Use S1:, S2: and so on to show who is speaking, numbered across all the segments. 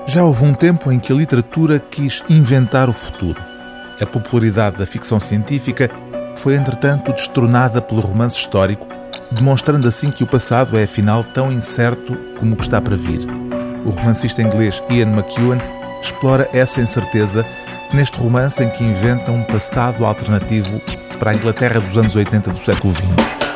S1: Já houve um tempo em que a literatura quis inventar o futuro. A popularidade da ficção científica foi, entretanto, destronada pelo romance histórico, demonstrando assim que o passado é, afinal, tão incerto como o que está para vir. O romancista inglês Ian McEwan explora essa incerteza neste romance em que inventa um passado alternativo para a Inglaterra dos anos 80 do século XX.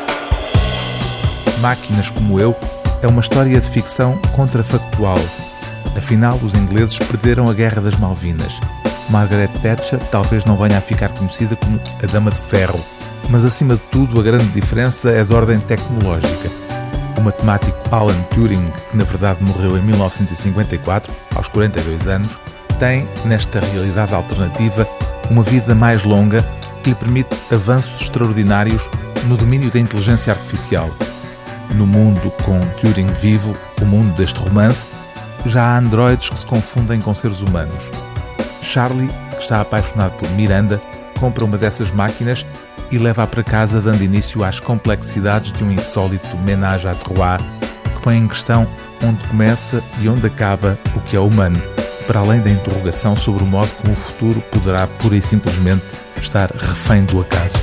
S1: Máquinas como Eu é uma história de ficção contrafactual. Afinal, os ingleses perderam a Guerra das Malvinas. Margaret Thatcher talvez não venha a ficar conhecida como a Dama de Ferro, mas acima de tudo a grande diferença é de ordem tecnológica. O matemático Alan Turing, que na verdade morreu em 1954, aos 42 anos, tem, nesta realidade alternativa, uma vida mais longa que lhe permite avanços extraordinários no domínio da inteligência artificial. No mundo com Turing vivo, o mundo deste romance, já há androides que se confundem com seres humanos. Charlie, que está apaixonado por Miranda, compra uma dessas máquinas e leva-a para casa, dando início às complexidades de um insólito ménage à trois que põe em questão onde começa e onde acaba o que é humano, para além da interrogação sobre o modo como o futuro poderá pura e simplesmente estar refém do acaso.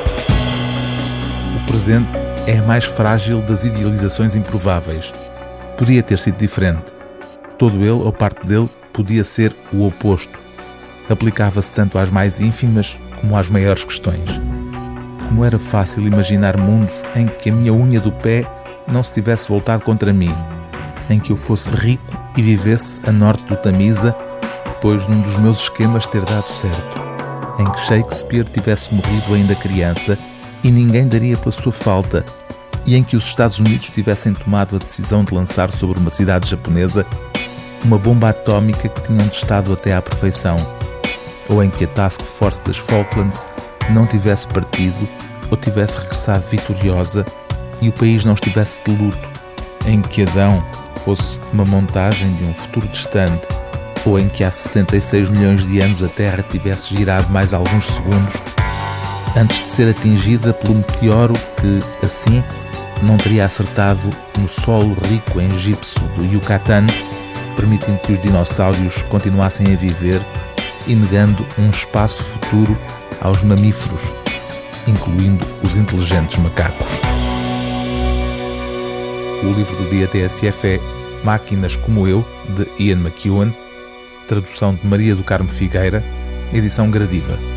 S1: O presente é a mais frágil das idealizações improváveis. Podia ter sido diferente. Todo ele, ou parte dele, podia ser o oposto. Aplicava-se tanto às mais ínfimas como às maiores questões. Como era fácil imaginar mundos em que a minha unha do pé não se tivesse voltado contra mim, em que eu fosse rico e vivesse a norte do Tamisa, depois de um dos meus esquemas ter dado certo, em que Shakespeare tivesse morrido ainda criança e ninguém daria pela sua falta, e em que os Estados Unidos tivessem tomado a decisão de lançar sobre uma cidade japonesa uma bomba atómica que tinham testado até à perfeição, ou em que a Task Force das Falklands não tivesse partido ou tivesse regressado vitoriosa e o país não estivesse de luto, em que Adão fosse uma montagem de um futuro distante, ou em que há 66 milhões de anos a Terra tivesse girado mais alguns segundos antes de ser atingida pelo meteoro que, assim, não teria acertado no solo rico em gipso do Yucatán, permitindo que os dinossauros continuassem a viver e negando um espaço futuro aos mamíferos, incluindo os inteligentes macacos. O livro do dia TSF é Máquinas como Eu, de Ian McEwan, tradução de Maria do Carmo Figueira, edição Gradiva.